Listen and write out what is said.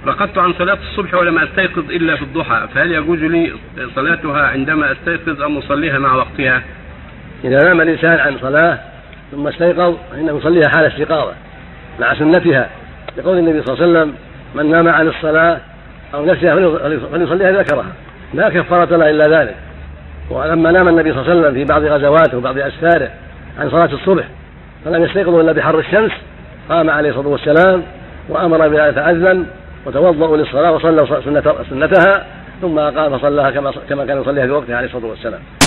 رقدت عن صلاة الصبح ولم أستيقظ إلا في الضحى، فهل يجوز لي صلاتها عندما أستيقظ أم أصليها مع وقتها؟ إذا نام الإنسان عن صلاة ثم استيقظ فإنه يصليها حال استيقاظه مع سنتها، لقول النبي صلى الله عليه وسلم: من نام عن الصلاة أو نسيها فليصليها ذكرها، لا كفارة له إلا ذلك. ولما نام النبي صلى الله عليه وسلم في بعض غزواته وبعض أسفاره عن صلاة الصبح فلم يستيقظوا إلا بحر الشمس، قام عليه الصلاة والسلام وأمر بها فأذن وتوضأوا للصلاة وصلوا سنتها، ثم قام فصلاها كما كان يصليها في وقتها عليه الصلاة والسلام.